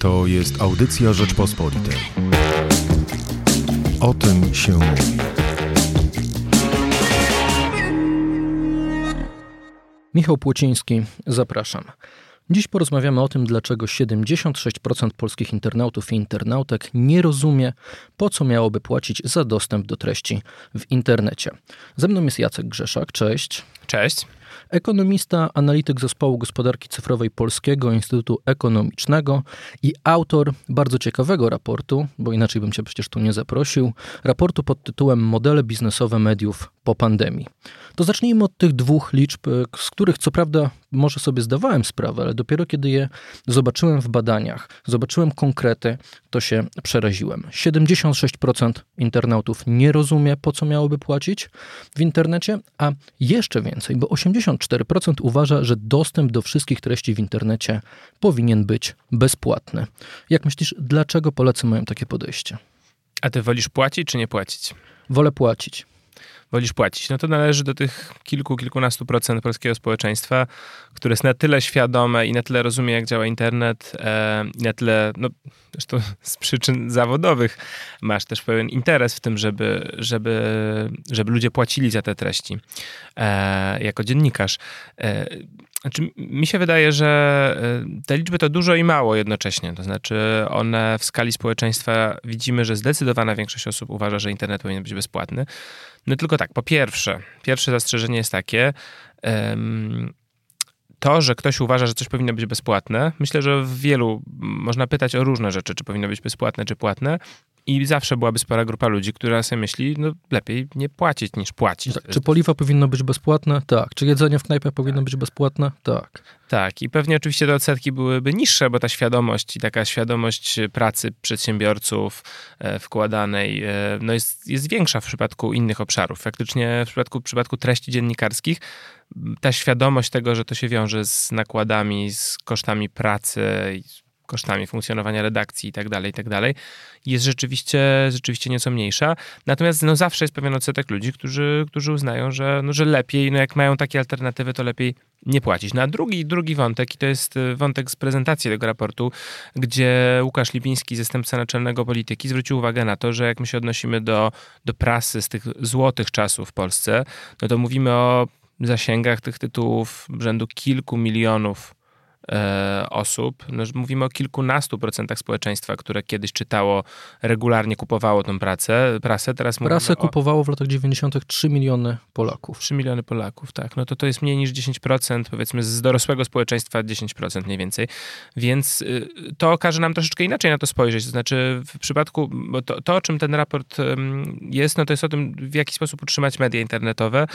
To jest audycja Rzeczpospolitej. O tym się mówi. Michał Płociński, zapraszam. Dziś porozmawiamy o tym, dlaczego 76% polskich internautów i internautek nie rozumie, po co miałoby płacić za dostęp do treści w internecie. Ze mną jest Jacek Grzeszak, cześć. Cześć. Ekonomista, analityk Zespołu Gospodarki Cyfrowej Polskiego Instytutu Ekonomicznego i autor bardzo ciekawego raportu, bo inaczej bym cię przecież tu nie zaprosił, raportu pod tytułem Modele biznesowe mediów po pandemii. To zacznijmy od tych dwóch liczb, z których co prawda może sobie zdawałem sprawę, ale dopiero kiedy je zobaczyłem w badaniach, zobaczyłem konkrety, to się przeraziłem. 76% internautów nie rozumie, po co miałoby płacić w internecie, a jeszcze więcej, bo 84% uważa, że dostęp do wszystkich treści w internecie powinien być bezpłatny. Jak myślisz, dlaczego Polacy mają takie podejście? A ty wolisz płacić czy nie płacić? Wolę płacić. Wolisz płacić. No to należy do tych kilkunastu procent polskiego społeczeństwa, które jest na tyle świadome i na tyle rozumie, jak działa internet, i na tyle, no zresztą z przyczyn zawodowych masz też pewien interes w tym, żeby ludzie płacili za te treści jako dziennikarz. Znaczy, mi się wydaje, że te liczby to dużo i mało jednocześnie. To znaczy one w skali społeczeństwa widzimy, że zdecydowana większość osób uważa, że internet powinien być bezpłatny. No tylko tak, po pierwsze zastrzeżenie jest takie, to, że ktoś uważa, że coś powinno być bezpłatne, myślę, że w wielu można pytać o różne rzeczy, czy powinno być bezpłatne, czy płatne. I zawsze byłaby spora grupa ludzi, która sobie myśli, no lepiej nie płacić niż płacić. Czy paliwo powinno być bezpłatne? Tak. Czy jedzenie w knajpach powinno być bezpłatne? Tak. Tak. I pewnie oczywiście te odsetki byłyby niższe, bo ta świadomość i taka świadomość pracy przedsiębiorców wkładanej no jest większa w przypadku innych obszarów. Faktycznie w przypadku treści dziennikarskich ta świadomość tego, że to się wiąże z nakładami, z kosztami pracy, kosztami funkcjonowania redakcji i tak dalej, jest rzeczywiście nieco mniejsza. Natomiast no, zawsze jest pewien odsetek ludzi, którzy uznają, że lepiej, no jak mają takie alternatywy, to lepiej nie płacić. No a drugi wątek, i to jest wątek z prezentacji tego raportu, gdzie Łukasz Lipiński, zastępca naczelnego polityki, zwrócił uwagę na to, że jak my się odnosimy do prasy z tych złotych czasów w Polsce, no to mówimy o zasięgach tych tytułów rzędu kilku milionów osób. No, mówimy o kilkunastu procentach społeczeństwa, które kiedyś czytało, regularnie kupowało tą prasę. Prasę kupowało w latach 90. 3 miliony Polaków. 3 miliony Polaków, tak. No to jest mniej niż 10%, powiedzmy z dorosłego społeczeństwa 10% mniej więcej. Więc to każe nam troszeczkę inaczej na to spojrzeć. To znaczy w przypadku, bo to o czym ten raport jest, no to jest o tym, w jaki sposób utrzymać media internetowe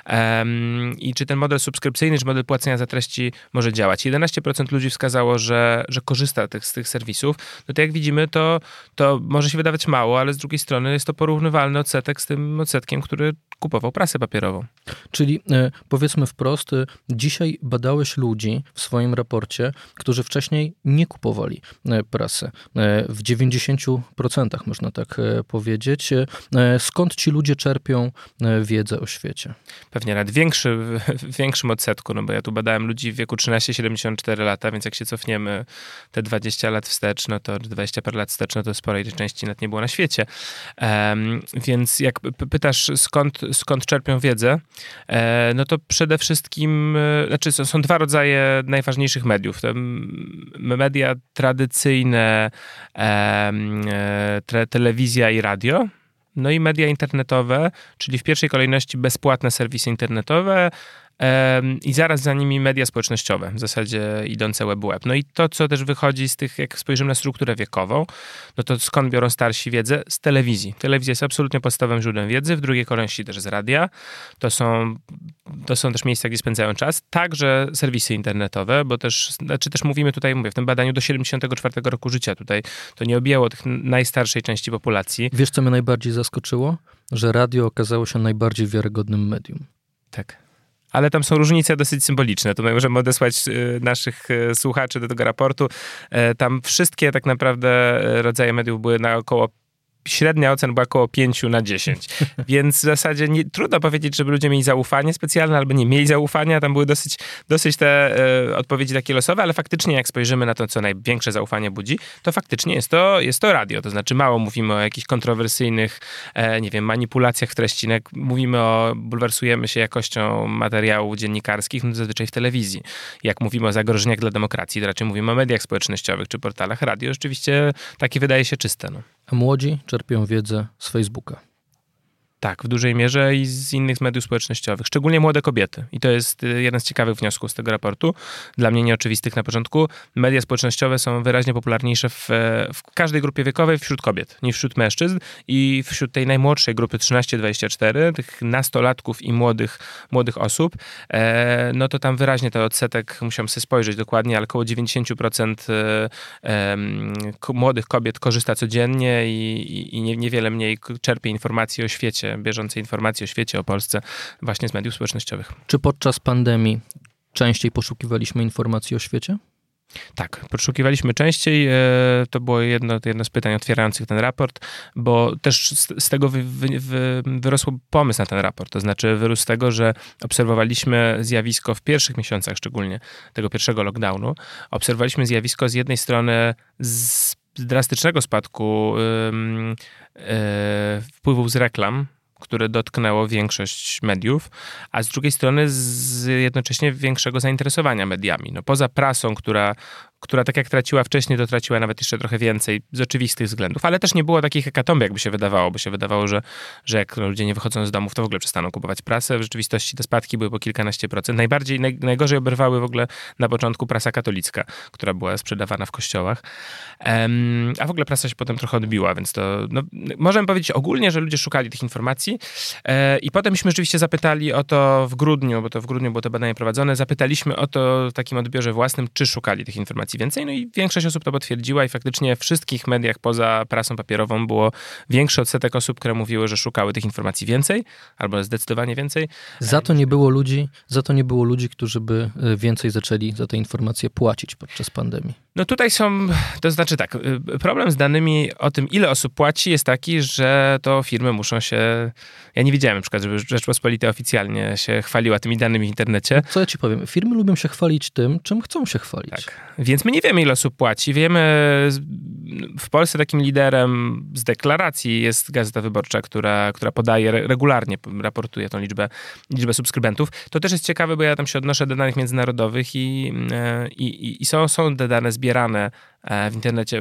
i czy ten model subskrypcyjny, czy model płacenia za treści może działać. 11% ludzi wskazało, że korzysta z tych serwisów. No to jak widzimy, to może się wydawać mało, ale z drugiej strony jest to porównywalny odsetek z tym odsetkiem, który kupował prasę papierową. Czyli powiedzmy wprost, dzisiaj badałeś ludzi w swoim raporcie, którzy wcześniej nie kupowali prasy. W 90% można tak powiedzieć. Skąd ci ludzie czerpią wiedzę o świecie? Pewnie nawet w większym odsetku, no bo ja tu badałem ludzi w wieku 13-74 lata, więc jak się cofniemy te 20 lat wstecz, no to 20 parę lat wstecz, no to sporej części nawet nie było na świecie. Więc jak pytasz, skąd czerpią wiedzę, no to przede wszystkim, są dwa rodzaje najważniejszych mediów. To media tradycyjne, telewizja i radio, no i media internetowe, czyli w pierwszej kolejności bezpłatne serwisy internetowe, i zaraz za nimi media społecznościowe, w zasadzie idące web. No i to, co też wychodzi z tych, jak spojrzymy na strukturę wiekową, no to skąd biorą starsi wiedzę? Z telewizji. Telewizja jest absolutnie podstawowym źródłem wiedzy, w drugiej kolejności też z radia. To są też miejsca, gdzie spędzają czas. Także serwisy internetowe, bo też mówimy tutaj, w tym badaniu do 74 roku życia tutaj, to nie objęło tych najstarszej części populacji. Wiesz, co mnie najbardziej zaskoczyło? Że radio okazało się najbardziej wiarygodnym medium. Tak. Ale tam są różnice dosyć symboliczne. Tutaj możemy odesłać naszych słuchaczy do tego raportu. Tam wszystkie tak naprawdę rodzaje mediów były na około średnia ocen była około 5/10. Więc w zasadzie trudno powiedzieć, żeby ludzie mieli zaufanie specjalne albo nie mieli zaufania. Tam były dosyć te odpowiedzi takie losowe, ale faktycznie jak spojrzymy na to, co największe zaufanie budzi, to faktycznie jest to radio. To znaczy mało mówimy o jakichś kontrowersyjnych, nie wiem, manipulacjach treści. Jak bulwersujemy się jakością materiałów dziennikarskich, no to zazwyczaj w telewizji. Jak mówimy o zagrożeniach dla demokracji, to raczej mówimy o mediach społecznościowych czy portalach. Radio rzeczywiście takie wydaje się czyste. No. A młodzi czerpią wiedzę z Facebooka. Tak, w dużej mierze i z innych mediów społecznościowych, szczególnie młode kobiety. I to jest jeden z ciekawych wniosków z tego raportu, dla mnie nieoczywistych na początku. Media społecznościowe są wyraźnie popularniejsze w każdej grupie wiekowej wśród kobiet niż wśród mężczyzn i wśród tej najmłodszej grupy 13-24, tych nastolatków i młodych osób, no to tam wyraźnie ten odsetek, musiałem sobie spojrzeć dokładnie, ale około 90% młodych kobiet korzysta codziennie i niewiele mniej czerpie informacji o świecie, bieżące informacje o świecie, o Polsce właśnie z mediów społecznościowych. Czy podczas pandemii częściej poszukiwaliśmy informacji o świecie? Tak, poszukiwaliśmy częściej. To było jedno z pytań otwierających ten raport, bo też z tego wyrosł pomysł na ten raport. To znaczy wyrósł z tego, że obserwowaliśmy zjawisko w pierwszych miesiącach szczególnie tego pierwszego lockdownu. Obserwowaliśmy zjawisko z jednej strony z drastycznego spadku wpływów z reklam, które dotknęło większość mediów, a z drugiej strony jednocześnie większego zainteresowania mediami. No, poza prasą, która tak jak traciła wcześniej, to traciła nawet jeszcze trochę więcej z oczywistych względów, ale też nie było takich hekatomb, jakby się wydawało, bo się wydawało, że jak ludzie nie wychodzą z domów, to w ogóle przestaną kupować prasę. W rzeczywistości te spadki były po kilkanaście procent. Najgorzej oberwały w ogóle na początku prasa katolicka, która była sprzedawana w kościołach. A w ogóle prasa się potem trochę odbiła, więc to możemy powiedzieć ogólnie, że ludzie szukali tych informacji i potem myśmy rzeczywiście zapytali o to w grudniu, bo to w grudniu było to badanie prowadzone, zapytaliśmy o to w takim odbiorze własnym, czy szukali tych informacji więcej, no i większość osób to potwierdziła i faktycznie w wszystkich mediach poza prasą papierową było większy odsetek osób, które mówiły, że szukały tych informacji więcej, albo zdecydowanie więcej. Za to nie było ludzi, którzy by więcej zaczęli za te informacje płacić podczas pandemii. No tutaj to znaczy tak, problem z danymi o tym, ile osób płaci jest taki, że to firmy muszą się, ja nie widziałem na przykład, żeby Rzeczpospolita oficjalnie się chwaliła tymi danymi w internecie. Co ja ci powiem, firmy lubią się chwalić tym, czym chcą się chwalić. Tak, więc my nie wiemy, ile osób płaci. Wiemy, w Polsce takim liderem z deklaracji jest Gazeta Wyborcza, która podaje regularnie, raportuje tą liczbę subskrybentów. To też jest ciekawe, bo ja tam się odnoszę do danych międzynarodowych i są te dane zbierane w internecie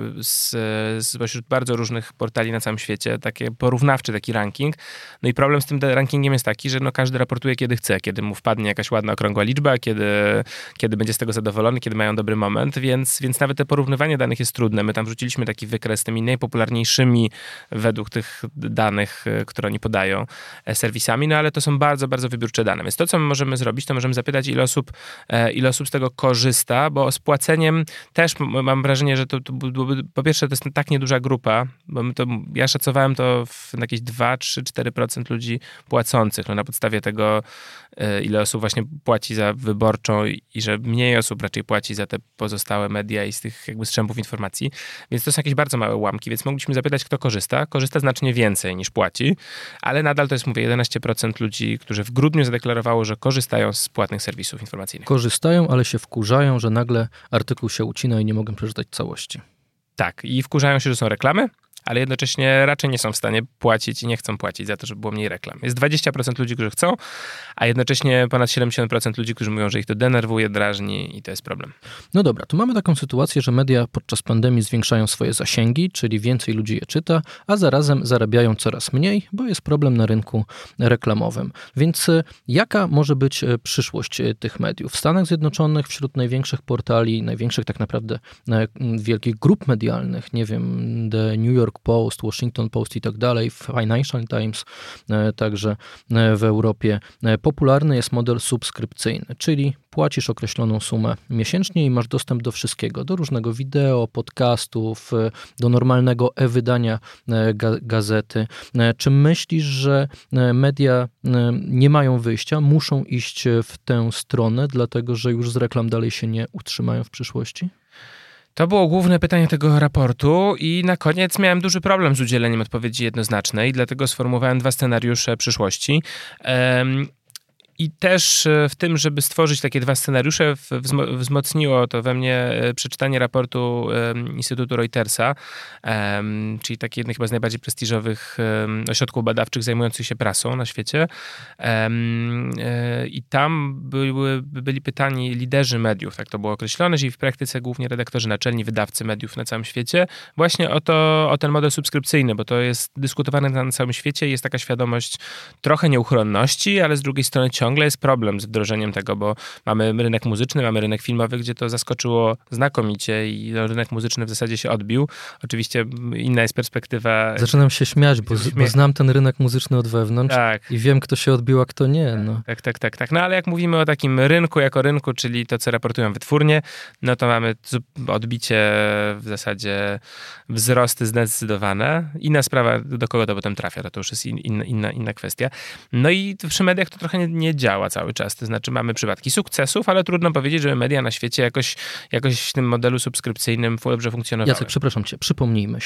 spośród bardzo różnych portali na całym świecie, takie porównawczy taki ranking. No i problem z tym rankingiem jest taki, że każdy raportuje kiedy chce, kiedy mu wpadnie jakaś ładna, okrągła liczba, kiedy będzie z tego zadowolony, kiedy mają dobry moment, więc nawet te porównywanie danych jest trudne. My tam wrzuciliśmy taki wykres z tymi najpopularniejszymi według tych danych, które oni podają serwisami, no ale to są bardzo, bardzo wybiórcze dane. Więc to, co my możemy zrobić, to możemy zapytać, ile osób z tego korzysta, bo z płaceniem też mam wrażenie, że to byłoby, po pierwsze, to jest tak nieduża grupa, bo ja szacowałem to na jakieś 2, 3, 4% ludzi płacących, no na podstawie tego, ile osób właśnie płaci za Wyborczą i że mniej osób raczej płaci za te pozostałe media i z tych jakby strzępów informacji, więc to są jakieś bardzo małe ułamki, więc mogliśmy zapytać, kto korzysta. Korzysta znacznie więcej niż płaci, ale nadal to jest, mówię, 11% ludzi, którzy w grudniu zadeklarowało, że korzystają z płatnych serwisów informacyjnych. Korzystają, ale się wkurzają, że nagle artykuł się ucina i nie mogą przeczytać całości. Tak, i wkurzają się, że są reklamy, ale jednocześnie raczej nie są w stanie płacić i nie chcą płacić za to, żeby było mniej reklam. Jest 20% ludzi, którzy chcą, a jednocześnie ponad 70% ludzi, którzy mówią, że ich to denerwuje, drażni i to jest problem. No dobra, tu mamy taką sytuację, że media podczas pandemii zwiększają swoje zasięgi, czyli więcej ludzi je czyta, a zarazem zarabiają coraz mniej, bo jest problem na rynku reklamowym. Więc jaka może być przyszłość tych mediów? W Stanach Zjednoczonych wśród największych portali, największych tak naprawdę wielkich grup medialnych, nie wiem, The New York Post, Washington Post i tak dalej, Financial Times, także w Europie, popularny jest model subskrypcyjny, czyli płacisz określoną sumę miesięcznie i masz dostęp do wszystkiego, do różnego wideo, podcastów, do normalnego e-wydania gazety. Czy myślisz, że media nie mają wyjścia, muszą iść w tę stronę, dlatego że już z reklam dalej się nie utrzymają w przyszłości? To było główne pytanie tego raportu i na koniec miałem duży problem z udzieleniem odpowiedzi jednoznacznej, dlatego sformułowałem 2 scenariusze przyszłości. I też w tym, żeby stworzyć takie 2 scenariusze, wzmocniło to we mnie przeczytanie raportu Instytutu Reutersa, czyli takiej jednej chyba z najbardziej prestiżowych ośrodków badawczych zajmujących się prasą na świecie. I tam byli pytani liderzy mediów, tak to było określone, czyli w praktyce głównie redaktorzy naczelni, wydawcy mediów na całym świecie, właśnie o ten model subskrypcyjny, bo to jest dyskutowane na całym świecie i jest taka świadomość trochę nieuchronności, ale z drugiej strony ciągle jest problem z wdrożeniem tego, bo mamy rynek muzyczny, mamy rynek filmowy, gdzie to zaskoczyło znakomicie i rynek muzyczny w zasadzie się odbił. Oczywiście inna jest perspektywa. Zaczynam się śmiać, bo znam ten rynek muzyczny od wewnątrz i wiem, kto się odbił, a kto nie. No. Tak. No ale jak mówimy o takim rynku jako rynku, czyli to, co raportują wytwórnie, no to mamy odbicie w zasadzie wzrosty zdecydowane. Inna sprawa, do kogo to potem trafia, to już jest inna kwestia. No i przy mediach to trochę nie działa cały czas. To znaczy mamy przypadki sukcesów, ale trudno powiedzieć, żeby media na świecie jakoś w tym modelu subskrypcyjnym dobrze funkcjonowały. Jacek, przepraszam cię, przypomnijmy,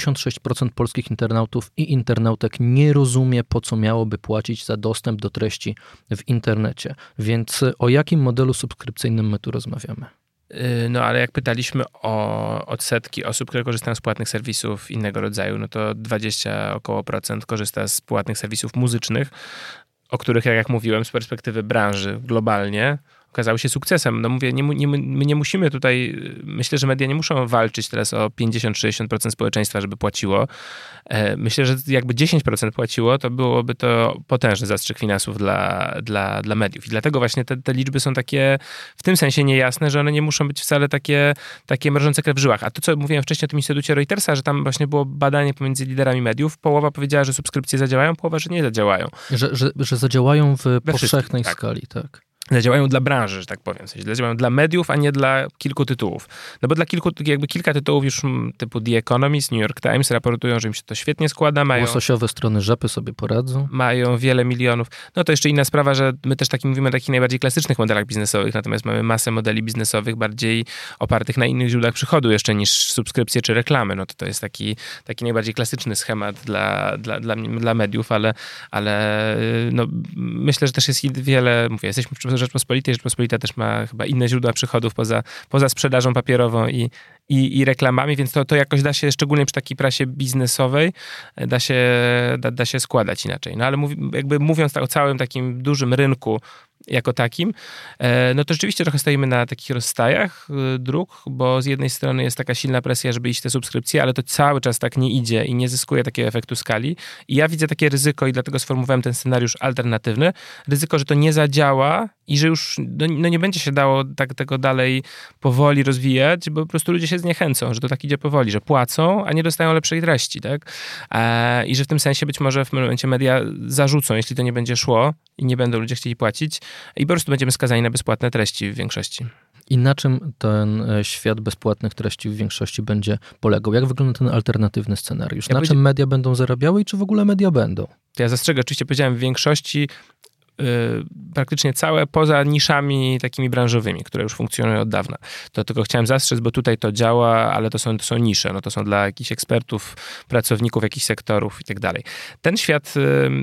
76% polskich internautów i internautek nie rozumie, po co miałoby płacić za dostęp do treści w internecie. Więc o jakim modelu subskrypcyjnym my tu rozmawiamy? No ale jak pytaliśmy o odsetki osób, które korzystają z płatnych serwisów innego rodzaju, no to 20% około korzysta z płatnych serwisów muzycznych, o których, jak mówiłem, z perspektywy branży globalnie okazały się sukcesem. No mówię, my nie musimy tutaj, myślę, że media nie muszą walczyć teraz o 50-60% społeczeństwa, żeby płaciło. Myślę, że jakby 10% płaciło, to byłoby to potężny zastrzyk finansów dla mediów. I dlatego właśnie te liczby są takie w tym sensie niejasne, że one nie muszą być wcale takie mrożące krew w żyłach. A to, co mówiłem wcześniej o tym Instytucie Reutersa, że tam właśnie było badanie pomiędzy liderami mediów, połowa powiedziała, że subskrypcje zadziałają, połowa, że nie zadziałają. Że zadziałają w powszechnej skali, tak. Zadziałają dla branży, że tak powiem. W sensie zadziałają dla mediów, a nie dla kilku tytułów. No bo dla kilka tytułów już typu The Economist, New York Times raportują, że im się to świetnie składa. Łososiowe strony Rzepy sobie poradzą. Mają wiele milionów. No to jeszcze inna sprawa, że my też mówimy o takich najbardziej klasycznych modelach biznesowych, natomiast mamy masę modeli biznesowych bardziej opartych na innych źródłach przychodu jeszcze niż subskrypcje czy reklamy. No to jest taki najbardziej klasyczny schemat dla mediów, ale no, myślę, że też jest wiele, jesteśmy przy Rzeczpospolita też ma chyba inne źródła przychodów poza sprzedażą papierową i reklamami, więc to jakoś da się, szczególnie przy takiej prasie biznesowej, da się składać inaczej. No ale mówiąc o całym takim dużym rynku jako takim, no to rzeczywiście trochę stoimy na takich rozstajach dróg, bo z jednej strony jest taka silna presja, żeby iść te subskrypcje, ale to cały czas tak nie idzie i nie zyskuje takiego efektu skali. I ja widzę takie ryzyko i dlatego sformułowałem ten scenariusz alternatywny. Ryzyko, że to nie zadziała i że już nie będzie się dało tego dalej powoli rozwijać, bo po prostu ludzie się zniechęcą, że to tak idzie powoli, że płacą, a nie dostają lepszej treści, tak? I że w tym sensie być może w pewnym momencie media zarzucą, jeśli to nie będzie szło i nie będą ludzie chcieli płacić i po prostu będziemy skazani na bezpłatne treści w większości. I na czym ten świat bezpłatnych treści w większości będzie polegał? Jak wygląda ten alternatywny scenariusz? Na czym media będą zarabiały i czy w ogóle media będą? Ja zastrzegę, oczywiście powiedziałem w większości praktycznie całe, poza niszami takimi branżowymi, które już funkcjonują od dawna. To tylko chciałem zastrzec, bo tutaj to działa, ale to są nisze. No to są dla jakichś ekspertów, pracowników jakichś sektorów i tak dalej. Ten świat,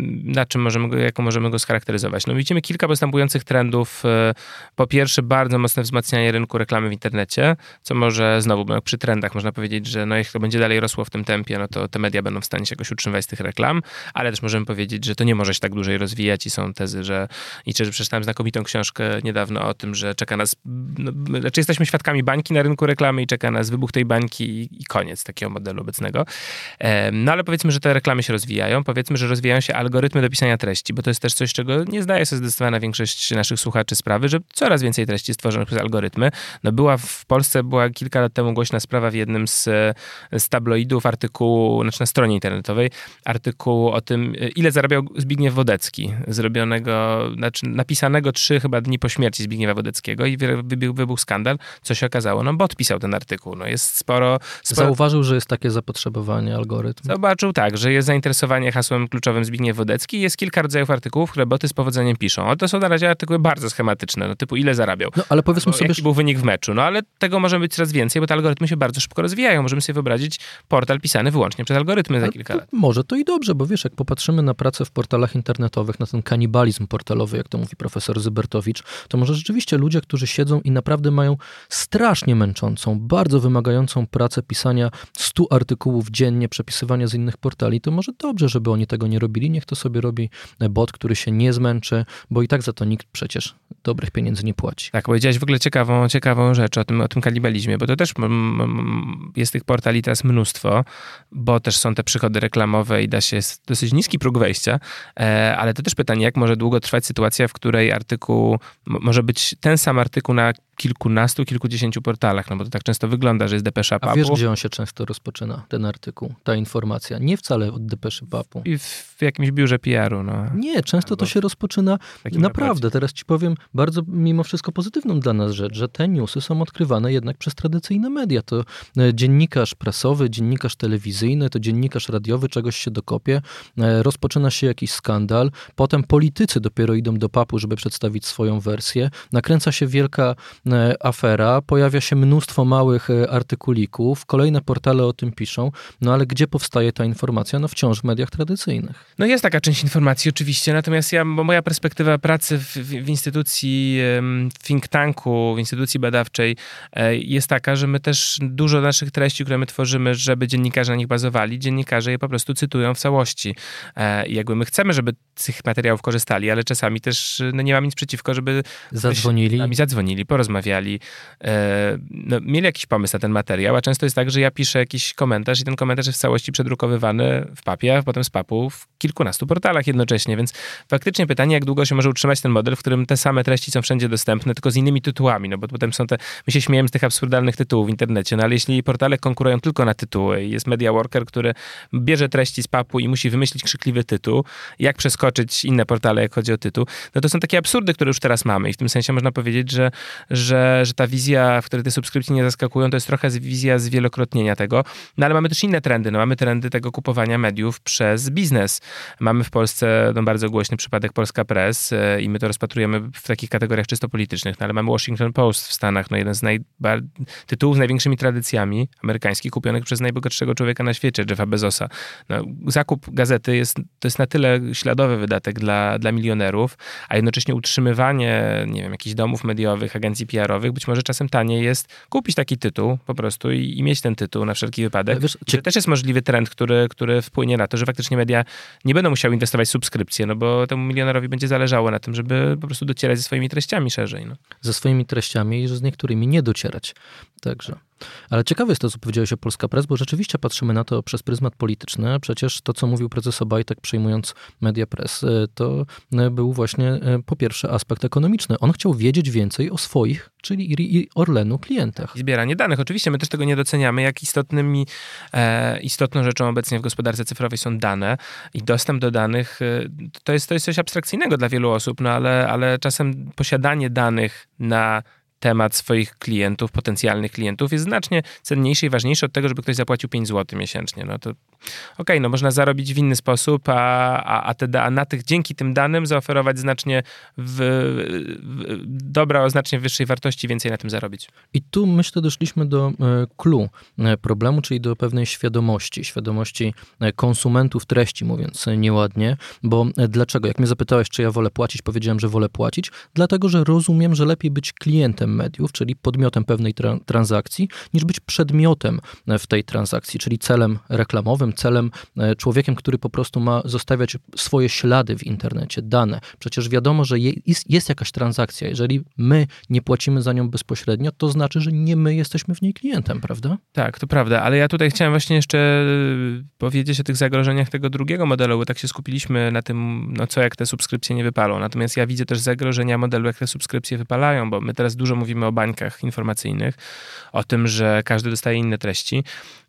jaką możemy go scharakteryzować? No widzimy kilka postępujących trendów. Po pierwsze, bardzo mocne wzmacnianie rynku reklamy w internecie, co może znowu, przy trendach można powiedzieć, że jak to będzie dalej rosło w tym tempie, no to te media będą w stanie się jakoś utrzymywać z tych reklam, ale też możemy powiedzieć, że to nie może się tak dłużej rozwijać i są tezy, że przeczytałem znakomitą książkę niedawno o tym, że czeka nas, jesteśmy świadkami bańki na rynku reklamy i czeka nas wybuch tej bańki i koniec takiego modelu obecnego. No ale powiedzmy, że te reklamy się rozwijają, powiedzmy, że rozwijają się algorytmy do pisania treści, bo to jest też coś, czego nie zdaje sobie zdecydowana większość naszych słuchaczy sprawy, że coraz więcej treści stworzonych przez algorytmy. No w Polsce była kilka lat temu głośna sprawa w jednym z tabloidów, na stronie internetowej, artykuł o tym, ile zarabiał Zbigniew Wodecki, zrobionego napisanego 3 chyba dni po śmierci Zbigniewa Wodeckiego i wybuchł skandal. Co się okazało? No bot pisał ten artykuł. No jest sporo... Zauważył, że jest takie zapotrzebowanie, algorytm. Zobaczył tak, że jest zainteresowanie hasłem kluczowym Zbigniew Wodecki i jest kilka rodzajów artykułów, które boty z powodzeniem piszą. To są na razie artykuły bardzo schematyczne, no typu ile zarabiał. No ale powiedzmy sobie... Jaki był wynik w meczu. No ale tego może być coraz więcej, bo te algorytmy się bardzo szybko rozwijają. Możemy sobie wyobrazić portal pisany wyłącznie przez algorytmy za kilka lat. Może to i dobrze, bo wiesz, jak popatrzymy na pracę w portalach internetowych, na ten kanibalizm portalowy, jak to mówi profesor Zybertowicz, to może rzeczywiście ludzie, którzy siedzą i naprawdę mają strasznie męczącą, bardzo wymagającą pracę pisania 100 artykułów dziennie, przepisywania z innych portali, to może dobrze, żeby oni tego nie robili. Niech to sobie robi bot, który się nie zmęczy, bo i tak za to nikt przecież dobrych pieniędzy nie płaci. Tak, powiedziałeś w ogóle ciekawą rzecz o tym kanibalizmie, bo to też jest tych portali teraz mnóstwo, bo też są te przychody reklamowe i jest dosyć niski próg wejścia, ale to też pytanie, jak może długo trwać sytuacja, w której artykuł, może być ten sam artykuł na kilkunastu, kilkudziesięciu portalach, no bo to tak często wygląda, że jest Depesza Papu. A wiesz, gdzie on się często rozpoczyna, ten artykuł, ta informacja? Nie wcale od Depeszy Papu. I w jakimś biurze PR-u, no. Nie, często to się rozpoczyna naprawdę. Teraz ci powiem bardzo mimo wszystko pozytywną dla nas rzecz, że te newsy są odkrywane jednak przez tradycyjne media. To dziennikarz prasowy, dziennikarz telewizyjny, to dziennikarz radiowy czegoś się dokopie, rozpoczyna się jakiś skandal, potem politycy dopiero idą do Papu, żeby przedstawić swoją wersję, nakręca się wielka afera, pojawia się mnóstwo małych artykulików, kolejne portale o tym piszą, no ale gdzie powstaje ta informacja? No wciąż w mediach tradycyjnych. No jest taka część informacji oczywiście, natomiast bo moja perspektywa pracy w instytucji think tanku, w instytucji badawczej jest taka, że my też dużo naszych treści, które my tworzymy, żeby dziennikarze na nich bazowali, dziennikarze je po prostu cytują w całości. I jakby my chcemy, żeby z tych materiałów korzystali, ale czasami też nie mam nic przeciwko, żeby zadzwonili, porozmawiali, mieli jakiś pomysł na ten materiał, a często jest tak, że ja piszę jakiś komentarz i ten komentarz jest w całości przedrukowywany w papie, a potem z Papu w kilkunastu portalach jednocześnie, więc faktycznie pytanie, jak długo się może utrzymać ten model, w którym te same treści są wszędzie dostępne, tylko z innymi tytułami, no bo potem są my się śmiejemy z tych absurdalnych tytułów w internecie, no ale jeśli portale konkurują tylko na tytuły i jest media worker, który bierze treści z Papu i musi wymyślić krzykliwy tytuł, jak przeskoczyć inne portale, jak chodzi o tytuł, no to są takie absurdy, które już teraz mamy i w tym sensie można powiedzieć, że ta wizja, w której te subskrypcje nie zaskakują, to jest trochę wizja zwielokrotnienia tego, no ale mamy też inne trendy, mamy trendy tego kupowania mediów przez biznes. Mamy w Polsce bardzo głośny przypadek Polska Press i my to rozpatrujemy w takich kategoriach czysto politycznych, no ale mamy Washington Post w Stanach, no jeden z tytułów z największymi tradycjami amerykańskich, kupionych przez najbogatszego człowieka na świecie, Jeffa Bezosa. No, zakup gazety to jest na tyle śladowy wydatek dla milionerów, a jednocześnie utrzymywanie, nie wiem, jakichś domów mediowych, agencji PR-owych, być może czasem taniej jest kupić taki tytuł po prostu i mieć ten tytuł na wszelki wypadek. Wiesz, to też jest możliwy trend, który wpłynie na to, że faktycznie media nie będą musiały inwestować w subskrypcje, no bo temu milionerowi będzie zależało na tym, żeby po prostu docierać ze swoimi treściami szerzej. No. Ze swoimi treściami i że z niektórymi nie docierać. Także. Ale ciekawe jest to, co powiedziałeś o Polska Press, bo rzeczywiście patrzymy na to przez pryzmat polityczny. Przecież to, co mówił prezes Obajtek, przejmując Media Press, to był właśnie po pierwsze aspekt ekonomiczny. On chciał wiedzieć więcej o swoich, czyli Orlenu, klientach. I zbieranie danych. Oczywiście my też tego nie doceniamy, jak istotną rzeczą obecnie w gospodarce cyfrowej są dane i dostęp do danych to jest coś abstrakcyjnego dla wielu osób, no ale czasem posiadanie danych na temat swoich klientów, potencjalnych klientów jest znacznie cenniejszy i ważniejszy od tego, żeby ktoś zapłacił 5 zł miesięcznie. No to okej, no można zarobić w inny sposób, a dzięki tym danym zaoferować znacznie dobra o znacznie wyższej wartości, więcej na tym zarobić. I tu myślę doszliśmy do clou problemu, czyli do pewnej świadomości konsumentów treści, mówiąc nieładnie, bo dlaczego? Jak mnie zapytałeś, czy ja wolę płacić, powiedziałem, że wolę płacić, dlatego, że rozumiem, że lepiej być klientem mediów, czyli podmiotem pewnej transakcji, niż być przedmiotem w tej transakcji, czyli celem reklamowym, celem człowiekiem, który po prostu ma zostawiać swoje ślady w internecie, dane. Przecież wiadomo, że jest jakaś transakcja. Jeżeli my nie płacimy za nią bezpośrednio, to znaczy, że nie my jesteśmy w niej klientem, prawda? Tak, to prawda, ale ja tutaj chciałem właśnie jeszcze powiedzieć o tych zagrożeniach tego drugiego modelu, bo tak się skupiliśmy na tym, no co jak te subskrypcje nie wypalą. Natomiast ja widzę też zagrożenia modelu, jak te subskrypcje wypalają, bo my teraz dużo mówimy o bańkach informacyjnych, o tym, że każdy dostaje inne treści.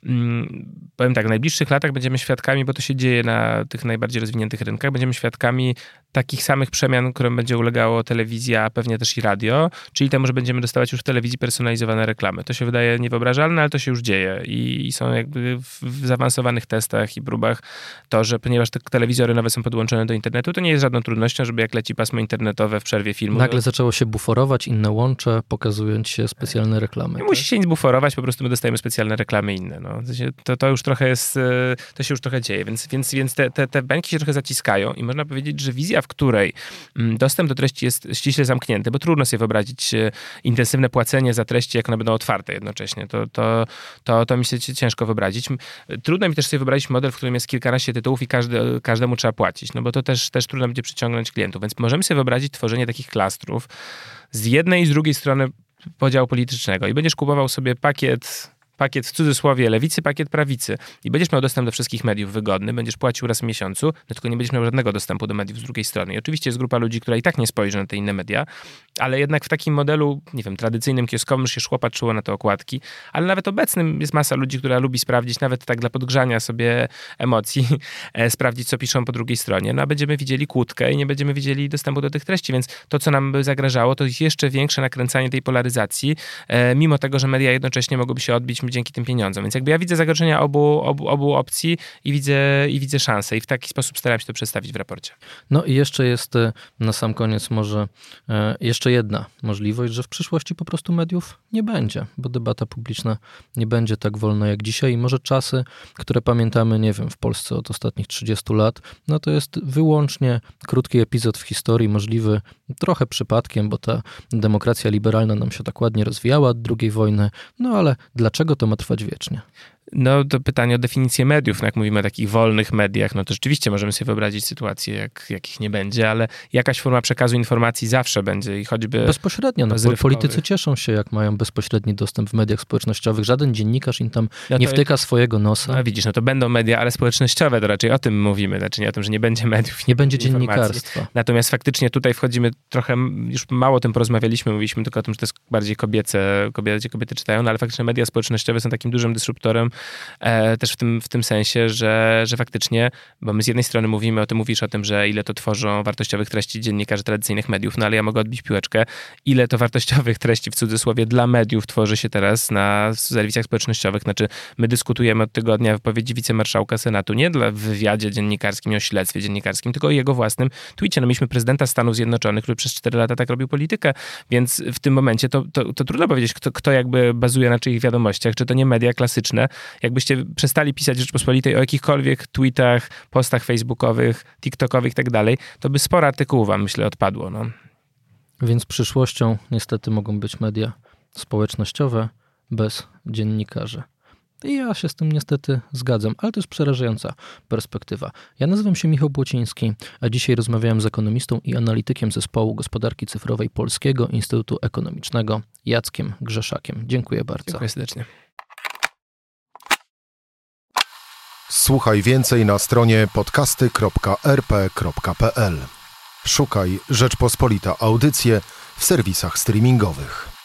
Powiem tak, w najbliższych latach będziemy świadkami, bo to się dzieje na tych najbardziej rozwiniętych rynkach, będziemy świadkami takich samych przemian, którym będzie ulegało telewizja, a pewnie też i radio, czyli temu, że będziemy dostawać już w telewizji personalizowane reklamy. To się wydaje niewyobrażalne, ale to się już dzieje i są jakby w zaawansowanych testach i próbach to, że ponieważ te telewizory nowe są podłączone do internetu, to nie jest żadną trudnością, żeby jak leci pasmo internetowe w przerwie filmu. Nagle zaczęło się buforować inne łącze, pokazując się specjalne reklamy. Nie musi się nic buforować, po prostu my dostajemy specjalne reklamy inne. No. To już trochę jest, to się już trochę dzieje, więc te bańki się trochę zaciskają i można powiedzieć, że wizja, w której dostęp do treści jest ściśle zamknięty, bo trudno sobie wyobrazić intensywne płacenie za treści, jak one będą otwarte jednocześnie. To mi się ciężko wyobrazić. Trudno mi też sobie wyobrazić model, w którym jest kilkanaście tytułów i każdemu trzeba płacić, no bo to też trudno będzie przyciągnąć klientów, więc możemy sobie wyobrazić tworzenie takich klastrów z jednej i z drugiej strony podziału politycznego i będziesz kupował sobie pakiet w cudzysłowie lewicy, pakiet prawicy i będziesz miał dostęp do wszystkich mediów wygodny, będziesz płacił raz w miesiącu, no tylko nie będziesz miał żadnego dostępu do mediów z drugiej strony. I oczywiście jest grupa ludzi, która i tak nie spojrzy na te inne media, ale jednak w takim modelu, nie wiem, tradycyjnym, kioskowym, że się szło patrzyło na te okładki, ale nawet obecnym jest masa ludzi, która lubi sprawdzić, nawet tak dla podgrzania sobie emocji, sprawdzić, co piszą po drugiej stronie. No a będziemy widzieli kłódkę i nie będziemy widzieli dostępu do tych treści, więc to, co nam by zagrażało, to jeszcze większe nakręcanie tej polaryzacji, mimo tego, że media jednocześnie mogłyby się odbić dzięki tym pieniądzom. Więc jakby ja widzę zagrożenia obu opcji i widzę szansę i w taki sposób staram się to przedstawić w raporcie. No i jeszcze jest na sam koniec może jeszcze jedna możliwość, że w przyszłości po prostu mediów nie będzie, bo debata publiczna nie będzie tak wolna jak dzisiaj i może czasy, które pamiętamy, nie wiem, w Polsce od ostatnich 30 lat, no to jest wyłącznie krótki epizod w historii, możliwy trochę przypadkiem, bo ta demokracja liberalna nam się tak ładnie rozwijała od II wojny, no ale dlaczego to ma trwać wiecznie? No to pytanie o definicję mediów. No jak mówimy o takich wolnych mediach, no to rzeczywiście możemy sobie wyobrazić sytuację, jakich nie będzie, ale jakaś forma przekazu informacji zawsze będzie i choćby... Bezpośrednio. No, politycy cieszą się, jak mają bezpośredni dostęp w mediach społecznościowych. Żaden dziennikarz im tam nie wtyka swojego nosa. No widzisz, no to będą media, ale społecznościowe, to raczej o tym mówimy, znaczy nie o tym, że nie będzie mediów. Nie będzie dziennikarstwa. Natomiast faktycznie tutaj wchodzimy trochę, już mało o tym porozmawialiśmy, mówiliśmy tylko o tym, że to jest bardziej kobiety czytają, no ale faktycznie media społecznościowe są takim dużym dysruptorem też w tym sensie, że faktycznie, bo my z jednej strony mówisz o tym, że ile to tworzą wartościowych treści dziennikarze tradycyjnych mediów, no ale ja mogę odbić piłeczkę, ile to wartościowych treści w cudzysłowie dla mediów tworzy się teraz na serwisach społecznościowych. Znaczy, my dyskutujemy od tygodnia wypowiedzi wicemarszałka Senatu, nie dla wywiadzie dziennikarskim, nie o śledztwie dziennikarskim, tylko o jego własnym tweetie. No mieliśmy prezydenta Stanów Zjednoczonych, który przez 4 lata tak robił politykę, więc w tym momencie to trudno powiedzieć, kto jakby bazuje na czyich wiadomościach, czy to nie media klasyczne. Jakbyście przestali pisać Rzeczpospolitej o jakichkolwiek tweetach, postach facebookowych, tiktokowych i tak dalej, to by sporo artykułów wam, myślę, odpadło. No. Więc przyszłością niestety mogą być media społecznościowe bez dziennikarzy. I ja się z tym niestety zgadzam, ale to jest przerażająca perspektywa. Ja nazywam się Michał Błociński, a dzisiaj rozmawiałem z ekonomistą i analitykiem Zespołu Gospodarki Cyfrowej Polskiego Instytutu Ekonomicznego Jackiem Grzeszakiem. Dziękuję bardzo. Dziękuję serdecznie. Słuchaj więcej na stronie podcasty.rp.pl. Szukaj Rzeczpospolita Audycje w serwisach streamingowych.